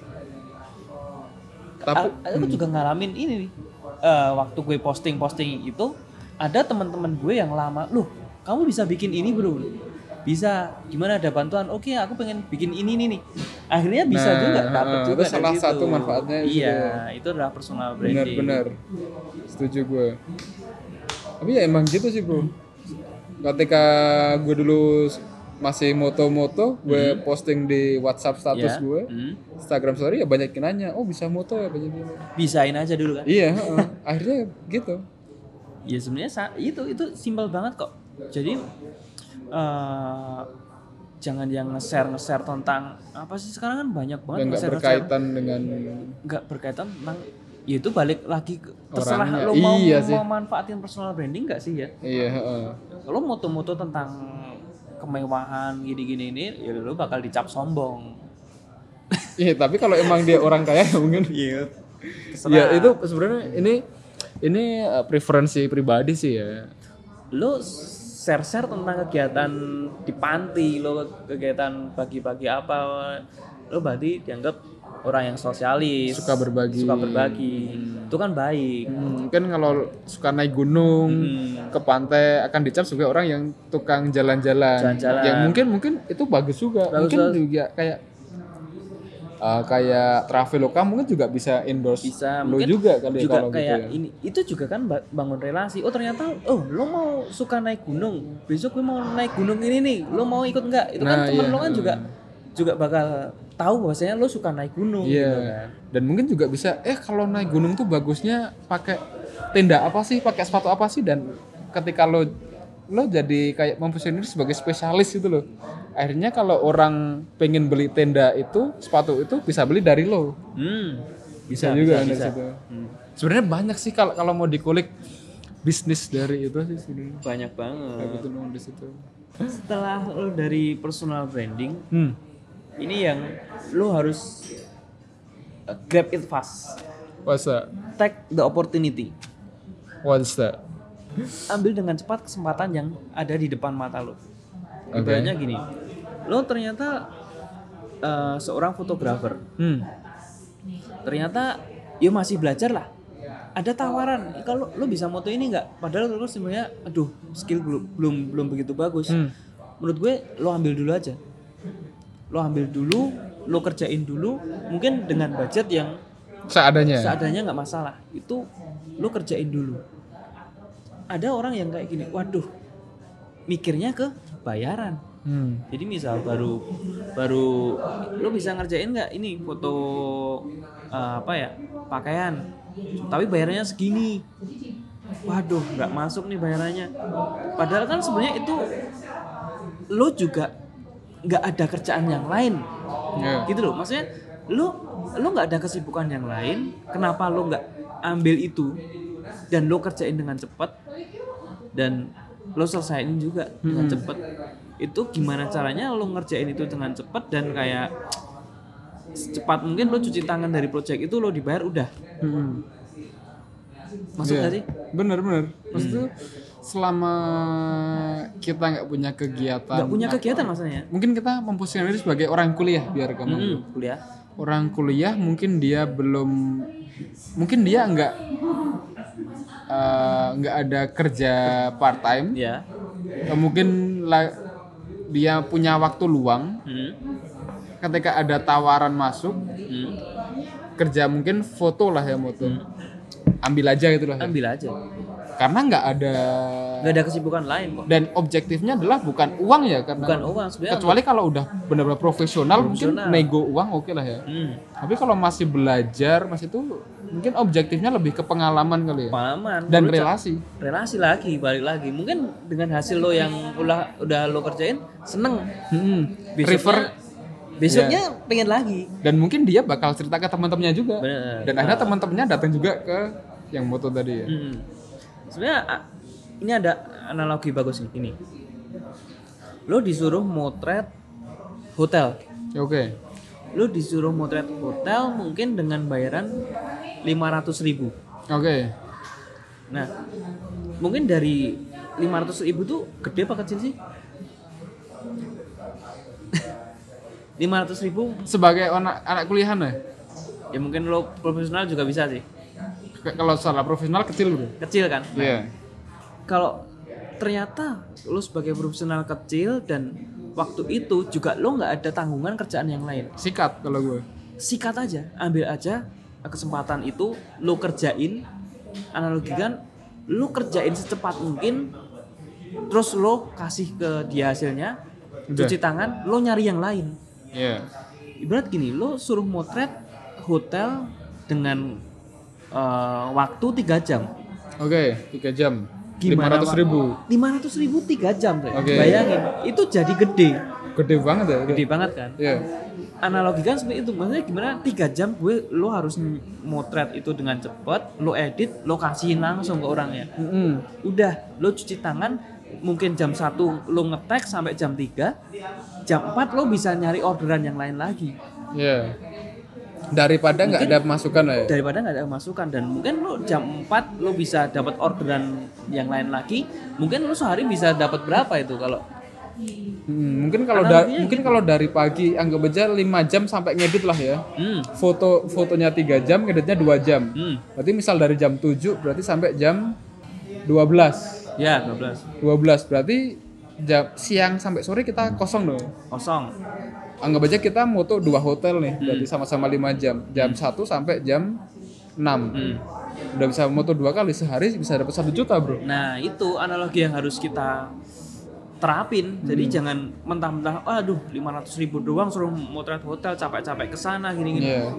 Tapi
aku juga ngalamin ini nih. Waktu gue posting itu ada teman-teman gue yang lama, loh kamu bisa bikin ini bro? Bisa, gimana ada bantuan? Oke, aku pengen bikin ini nih. Akhirnya bisa juga, dapet juga
itu salah satu manfaatnya.
Iya, itu adalah personal branding.
Benar. Setuju gue. Tapi ya emang gitu sih bro. Ketika gue dulu masih moto-moto, gue posting di WhatsApp status gue, Instagram story ya banyak yang nanya, oh bisa moto ya banyak yang
bisain aja dulu kan?
Iya, akhirnya gitu.
Ya sebenarnya itu simpel banget kok. Jadi jangan yang nge-share tentang apa sih, sekarang kan banyak banget
nggak berkaitan dengan
nggak berkaitan tentang, ya itu balik lagi terserah lo mau manfaatin personal branding nggak sih ya.
Iya.
Lo moto-moto tentang kemewahan gini ini ya lo bakal dicap sombong.
Iya, tapi kalau emang dia orang kaya mungkin
iya.
Ya itu sebenarnya ini preferensi pribadi sih ya.
Lo share tentang kegiatan di panti, lo kegiatan bagi-bagi apa, lo berarti dianggap orang yang sosialis,
suka berbagi.
Itu kan baik.
Kan kalau suka naik gunung ke pantai akan dicap sebagai orang yang tukang jalan-jalan. Yang mungkin itu bagus juga. Mungkin juga kayak Traveloka mungkin juga bisa endorse lo juga kali
juga
kalau
kayak
gitu ya.
Ini itu juga kan bangun relasi. Oh ternyata lo mau suka naik gunung, besok gue mau naik gunung ini nih, lo mau ikut nggak? Itu kan temen lo kan juga bakal tahu bahwasanya lo suka naik gunung.
Iya.
Gitu kan.
Dan mungkin juga bisa kalau naik gunung tuh bagusnya pakai tenda apa sih, pakai sepatu apa sih, dan ketika lo jadi kayak memposisikan diri sebagai spesialis gitu loh. Akhirnya kalau orang pengen beli tenda itu, sepatu itu bisa beli dari lo. Bisa juga dari situ. Sebenarnya banyak sih kalau mau dikulik bisnis dari itu sih sebenarnya.
Banyak banget.
Kayak gitu di situ.
Setelah lo dari personal branding, ini yang lo harus grab it fast.
What's that?
Take the opportunity.
What's that?
Ambil dengan cepat kesempatan yang ada di depan mata lo. Ibaratnya gini, lo ternyata seorang fotografer, ternyata ya masih belajar lah. Ada tawaran, kalau lo bisa moto ini nggak? Padahal lo sebenarnya, aduh, skill belum begitu bagus. Menurut gue, lo ambil dulu aja. Lo ambil dulu, lo kerjain dulu, mungkin dengan budget yang seadanya nggak masalah. Itu lo kerjain dulu. Ada orang yang kayak gini, waduh, mikirnya ke bayaran. Jadi misal baru lo bisa ngerjain nggak ini foto pakaian, tapi bayarannya segini. Waduh, nggak masuk nih bayarannya. Padahal kan sebenarnya itu lo juga nggak ada kerjaan yang lain, gitu loh. Maksudnya lo nggak ada kesibukan yang lain, kenapa lo nggak ambil itu dan lo kerjain dengan cepat dan lo selesaiin juga dengan cepat. Itu gimana caranya lo ngerjain itu dengan cepat dan kayak secepat mungkin lo cuci tangan dari project itu lo dibayar udah. Masuk nggak sih?
Bener. Maksudnya selama kita nggak punya kegiatan.
Nggak punya kegiatan maksudnya.
Mungkin kita memposisikan diri sebagai orang kuliah biar gampang.
Kuliah.
Orang kuliah mungkin dia nggak ada kerja part time.
Ya.
Mungkin dia punya waktu luang. Ketika ada tawaran masuk, kerja mungkin foto lah ya ambil aja gitu lah.
Ambil aja.
Karena nggak ada
kesibukan lain kok.
Dan objektifnya adalah bukan uang ya, karena
bukan uang sebenarnya.
Kecuali kalau udah benar-benar profesional mungkin nego uang oke lah ya. Tapi kalau masih belajar masih itu mungkin objektifnya lebih ke pengalaman kali ya.
Pengalaman
dan relasi
lagi balik lagi. Mungkin dengan hasil lo yang udah lo kerjain seneng. Besoknya pengen lagi. Dan
mungkin dia bakal cerita ke teman-temannya juga.
Bener.
Dan akhirnya teman-temannya datang juga ke yang moto tadi ya.
Sebenarnya ini ada analogi bagus nih. Ini lo disuruh motret hotel.
Oke.
Lo disuruh motret hotel mungkin dengan bayaran 500.000.
Oke.
Nah mungkin dari 500.000 tuh gede apa kecil sih? 500.000
sebagai anak kuliahan ya?
Ya mungkin lo profesional juga bisa sih.
Kalau secara profesional kecil bro.
Kecil kan?
Iya.
Kalau ternyata lo sebagai profesional kecil dan waktu itu juga lo nggak ada tanggungan kerjaan yang lain.
Sikat kalau gue.
Sikat aja, ambil aja kesempatan itu lo kerjain. Analogikan, lo kerjain secepat mungkin, terus lo kasih ke dia hasilnya, cuci tangan, lo nyari yang lain.
Iya.
Ibarat gini, lo suruh motret hotel dengan waktu 3 jam.
Oke, 3 jam.
Gimana
500.000.
500.000 3 jam,
Okay.
Bayangin, itu jadi gede.
Gede banget ya.
Gede banget kan?
Iya.
Analogikan seperti itu. Maksudnya gimana 3 jam lo harus motret itu dengan cepat, lo edit, lo kasihin langsung ke orangnya. Udah, lo cuci tangan, mungkin jam 1 lo nge-tag sampai jam 3, jam 4 lo bisa nyari orderan yang lain lagi.
Iya. Daripada nggak ada masukan ya.
Daripada nggak ada masukan, dan mungkin lo jam 4 lo bisa dapat orderan yang lain lagi. Mungkin lo sehari bisa dapat berapa itu kalau
mungkin kalau dari pagi anggap aja 5 jam sampai ngedit lah ya. Fotonya 3 jam, ngeditnya 2 jam. Berarti misal dari jam 7 berarti sampai jam 12.
Ya,
12 berarti siang sampai sore kita kosong dong.
Kosong.
Anggap aja kita moto 2 hotel nih, berarti sama-sama 5 jam. Jam 1 sampai jam 6. Udah bisa moto 2 kali sehari bisa dapat 1 juta, Bro.
Nah, itu analogi yang harus kita terapin. Jadi jangan mentah-mentah, aduh 500.000 doang suruh motret hotel, capek-capek kesana gini-gini.
Yeah.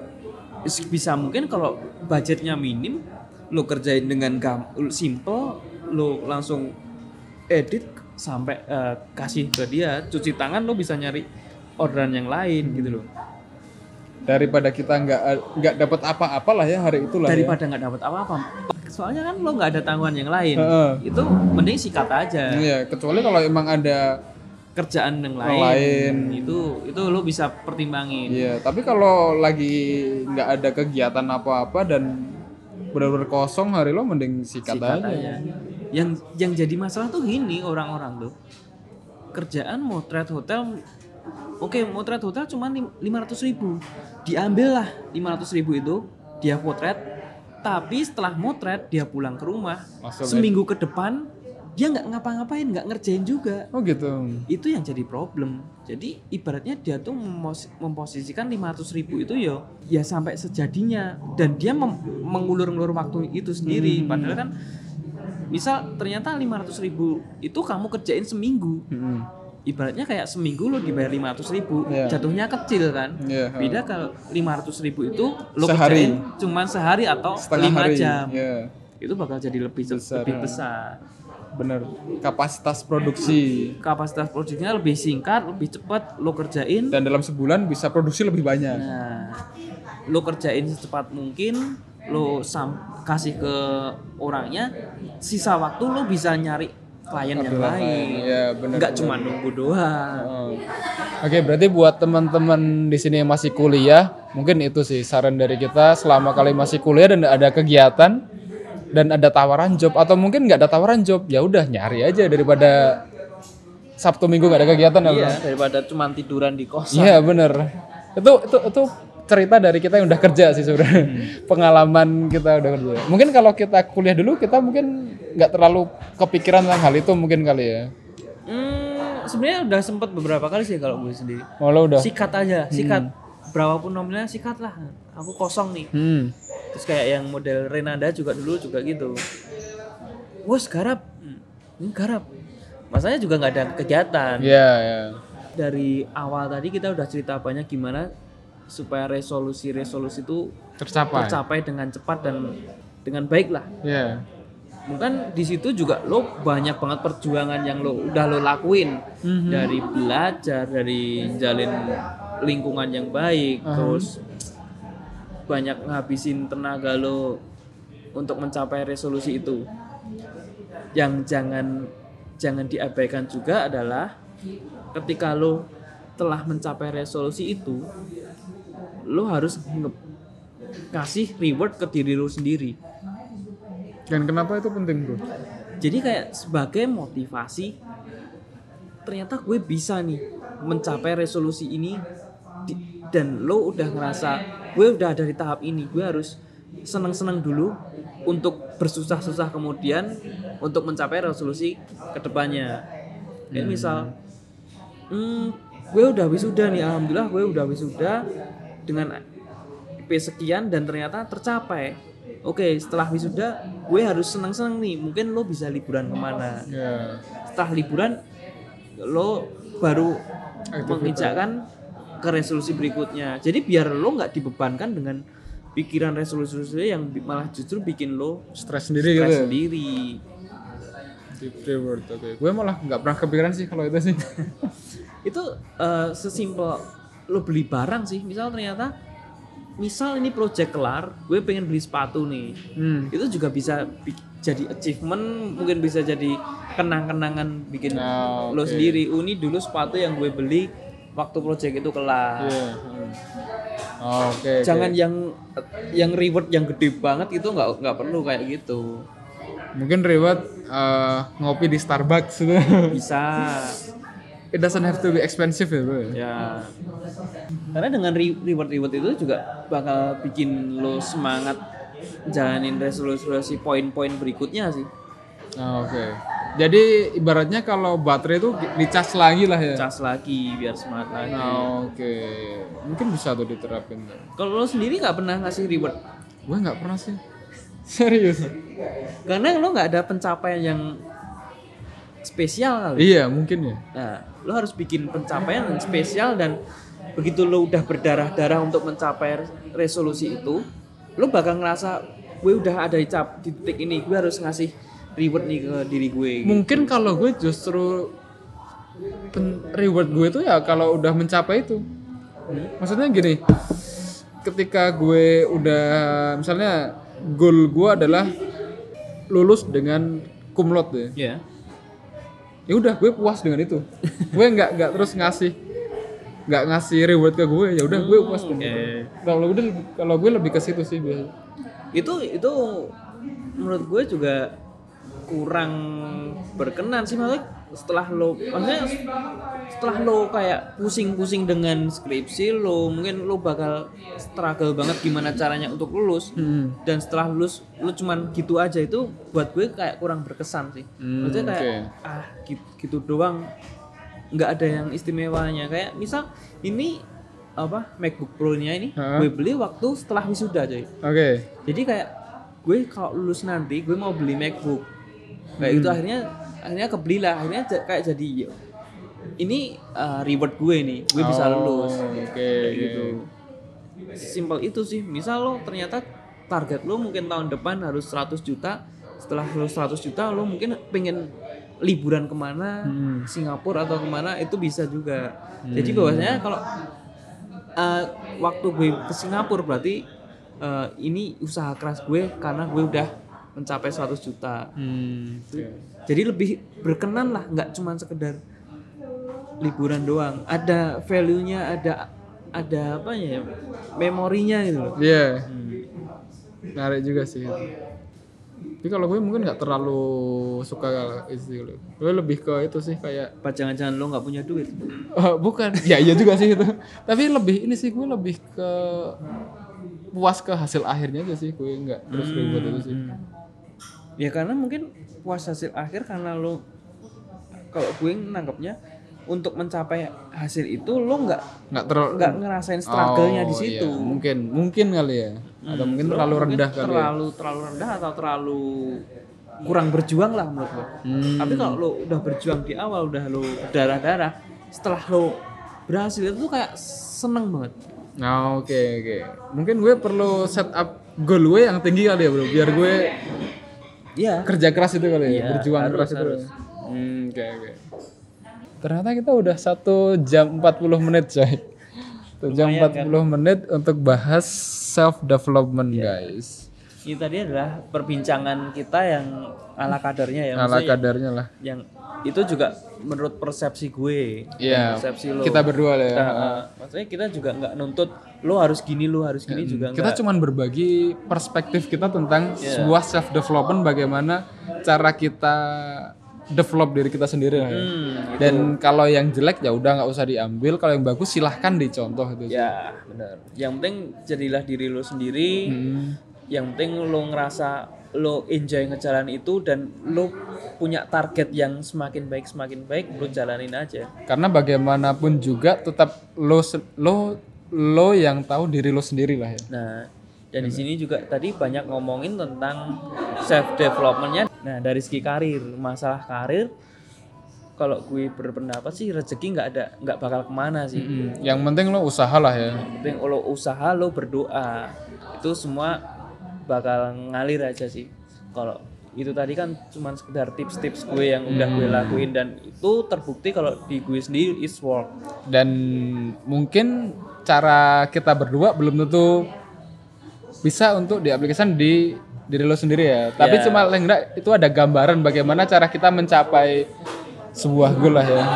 Bisa mungkin kalau budgetnya minim, lo kerjain dengan simple, lo langsung edit sampai kasih ke dia, cuci tangan, lo bisa nyari orderan yang lain gitu loh.
Daripada kita nggak dapat apa-apa lah ya hari itu lah.
Daripada nggak dapat apa-apa. Soalnya kan lo nggak ada tanggungan yang lain. Itu mending sikat aja.
Iya, kecuali kalau emang ada
kerjaan yang lain. Itu lo bisa pertimbangin.
Iya, tapi kalau lagi nggak ada kegiatan apa-apa dan benar-benar kosong hari lo mending sikat aja.
Yang jadi masalah tuh gini, orang-orang tuh kerjaan motret hotel. Oke, motret hotel cuma 500.000. Diambil lah 500.000 itu, dia potret. Tapi setelah motret dia pulang ke rumah, seminggu ke depan dia nggak ngapa-ngapain, nggak ngerjain juga.
Oh gitu.
Itu yang jadi problem. Jadi ibaratnya dia tuh memposisikan 500.000 itu ya sampai sejadinya, dan dia mengulur-ngulur waktu itu sendiri. Padahal kan misal ternyata 500.000 itu kamu kerjain seminggu. Ibaratnya kayak seminggu lo dibayar 500.000, jatuhnya kecil kan. Beda kalau 500.000 itu lo kerjain cuma sehari atau 5 jam. Itu bakal jadi lebih besar.
Bener. Kapasitas
produksinya lebih singkat, lebih cepat lo kerjain.
Dan dalam sebulan bisa produksi lebih banyak.
Nah, lo kerjain secepat mungkin, lo kasih ke orangnya. Sisa waktu lo bisa nyari klien yang lain.
Ya, bener,
nggak cuma nunggu doang.
Oke, berarti buat teman-teman di sini yang masih kuliah, mungkin itu sih saran dari kita selama kalian masih kuliah dan ada kegiatan dan ada tawaran job atau mungkin nggak ada tawaran job, ya udah nyari aja daripada Sabtu Minggu nggak ada kegiatan.
Iya, daripada cuma tiduran di kosan.
Iya bener. Itu cerita dari kita yang udah kerja sih sebenarnya. Pengalaman kita udah kerja. Mungkin kalau kita kuliah dulu kita mungkin nggak terlalu kepikiran tentang hal itu mungkin kali ya.
Sebenarnya udah sempet beberapa kali sih kalau gue sendiri.
Oh lo udah.
Sikat aja, sikat. Berapapun nominalnya sikat lah. Aku kosong nih. Terus kayak yang model Renanda juga dulu juga gitu. Wes garap. Garap. Masanya juga nggak ada kegiatan.
Iya.
Dari awal tadi kita udah cerita banyak gimana supaya resolusi itu tercapai dengan cepat dan dengan baik lah.
Iya.
Mungkin di situ juga lo banyak banget perjuangan yang lo lakuin, dari belajar, dari jalin lingkungan yang baik, terus banyak ngabisin tenaga lo untuk mencapai resolusi itu. Yang jangan diabaikan juga adalah ketika lo telah mencapai resolusi itu, lo harus ngasih reward ke diri lo sendiri.
Dan kenapa itu penting bro?
Jadi kayak sebagai motivasi, ternyata gue bisa nih mencapai resolusi ini, dan lo udah ngerasa gue udah ada di tahap ini, gue harus seneng-seneng dulu untuk bersusah-susah kemudian untuk mencapai resolusi kedepannya. Kayak misal gue udah wisuda nih, alhamdulillah gue udah wisuda dengan IP sekian dan ternyata tercapai. Oke, setelah wisuda gue harus senang-senang nih. Mungkin lo bisa liburan kemana. Setelah liburan lo baru menginjakkan ke resolusi berikutnya. Jadi biar lo nggak dibebankan dengan pikiran resolusi yang malah justru bikin lo
stres sendiri gitu.
Reward,
Gue malah nggak pernah kepikiran sih kalau itu sih.
Itu sesimpel lo beli barang sih. Misal ini project kelar, gue pengen beli sepatu nih. Itu juga bisa jadi achievement, mungkin bisa jadi kenang-kenangan bikin lo sendiri. Ini dulu sepatu yang gue beli waktu project itu kelar. Jangan yang reward yang gede banget itu nggak perlu kayak gitu.
Mungkin reward ngopi di Starbucks itu
bisa.
It doesn't have to be expensive ya bro.
Ya. Karena dengan reward itu juga bakal bikin lo semangat jalanin resolusi poin-poin berikutnya sih.
Jadi ibaratnya kalau baterai itu dicas lagi lah ya.
Cas lagi biar semangat lagi.
Mungkin bisa tuh diterapin.
Kalau lo sendiri nggak pernah ngasih reward?
Gue nggak pernah sih. Serius.
Karena lo nggak ada pencapaian yang spesial kali.
Iya mungkin ya.
Nah, lo harus bikin pencapaian yang spesial, dan begitu lo udah berdarah-darah untuk mencapai resolusi itu, lo bakal ngerasa gue udah ada di titik ini, gue harus ngasih reward nih ke diri gue.
Mungkin kalau gue justru reward gue itu ya kalau udah mencapai itu. Maksudnya gini, ketika gue udah misalnya goal gue adalah lulus dengan cum laude ya. Ya udah gue puas dengan itu. Gue nggak terus ngasih reward ke gue, ya udah gue puas dengan itu. Kalau gue lebih ke situ sih biasa.
Itu menurut gue juga kurang berkenan sih, maksudnya setelah lo kayak pusing-pusing dengan skripsi lo, mungkin lo bakal struggle banget gimana caranya untuk lulus, dan setelah lulus lo cuman gitu aja, itu buat gue kayak kurang berkesan sih. Maksudnya kayak gitu doang, nggak ada yang istimewanya. Kayak misal ini MacBook Pro-nya ini gue beli waktu setelah wisuda coy. Jadi kayak gue kalau lulus nanti gue mau beli MacBook kayak gitu, akhirnya kebelilah, akhirnya kayak jadi ini reward gue nih, gue bisa lulus gitu. Simpel itu sih. Misal lo ternyata target lo mungkin tahun depan harus 100 juta, setelah lo 100 juta lo mungkin pengen liburan kemana, Singapura atau kemana, itu bisa juga. Jadi bahwasanya kalau waktu gue ke Singapura berarti ini usaha keras gue, karena gue udah mencapai 100 juta.
Okay.
Jadi lebih berkenan lah, nggak cuma sekedar liburan doang. Ada value-nya, ada apa ya? Memorinya gitu loh.
Iya. Menarik juga sih. Tapi kalau gue mungkin nggak terlalu suka isi lo. Gue lebih ke itu sih kayak.
Jangan-jangan lo nggak punya duit?
Bukan. Ya iya juga sih itu. Tapi lebih ini sih gue lebih ke puas ke hasil akhirnya aja sih. Gue nggak terus ribet itu sih.
Ya karena mungkin puas hasil akhir karena lo, kalau gue nangkepnya untuk mencapai hasil itu lo nggak ngerasain struggle-nya di situ.
Iya. Mungkin kali ya. Atau mungkin terlalu rendah kali ya.
Terlalu rendah atau terlalu kurang berjuang lah menurut lo. Tapi kalau lo udah berjuang di awal, udah lo berdarah-darah, setelah lo berhasil itu kayak seneng banget.
Nah, oke. Mungkin gue perlu set up goal gue yang tinggi kali ya bro, biar gue kerja keras itu kali ya, berjuang keras itu. Oke. Ternyata kita udah 1 jam 40 menit coy. 1 jam 40 menit untuk bahas self development guys.
Ini tadi adalah perbincangan kita yang ala kadarnya ya.
Ala kadarnya lah.
Yang itu juga menurut persepsi gue.
Iya.
Persepsi lo.
Kita berdua lah ya.
Maksudnya kita juga nggak nuntut lo harus gini juga.
Kita cuman berbagi perspektif kita tentang sebuah self development, bagaimana cara kita develop diri kita sendiri lah ya. Dan kalau yang jelek ya udah nggak usah diambil, kalau yang bagus silahkan dicontoh itu.
Ya benar. Yang penting jadilah diri lo sendiri. Yang penting lo ngerasa lo enjoy ngejalanin itu dan lo punya target yang semakin baik lo jalanin aja.
Karena bagaimanapun juga tetap lo yang tahu diri lo sendiri lah ya.
Nah, dan di sini juga tadi banyak ngomongin tentang self development-nya. Nah, dari segi karir, masalah karir, kalau gue berpendapat sih rezeki nggak bakal kemana sih.
Yang penting lo usaha lah ya.
Yang penting lo usaha, lo berdoa, itu semua bakal ngalir aja sih. Kalau itu tadi kan cuma sekedar tips-tips gue yang udah gue lakuin dan itu terbukti kalau di gue sendiri is work.
Dan mungkin cara kita berdua belum tentu bisa untuk diaplikasikan di diri lo sendiri ya. Tapi cuma enggak itu ada gambaran bagaimana cara kita mencapai sebuah goal lah ya.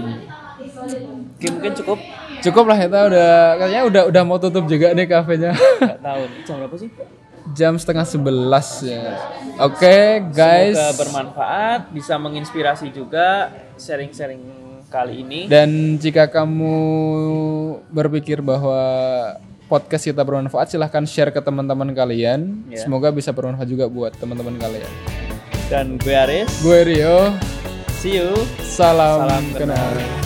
Mungkin
cukup lah, kita kayaknya udah mau tutup juga nih kafenya.
Nggak tahu jam berapa sih?
Jam 10:30 ya. Oke, guys.
Semoga bermanfaat, bisa menginspirasi juga sharing-sharing kali ini.
Dan jika kamu berpikir bahwa podcast kita bermanfaat, silahkan share ke teman-teman kalian. Semoga bisa bermanfaat juga buat teman-teman kalian.
Dan gue Aris.
Gue Rio.
See you.
Salam kenal.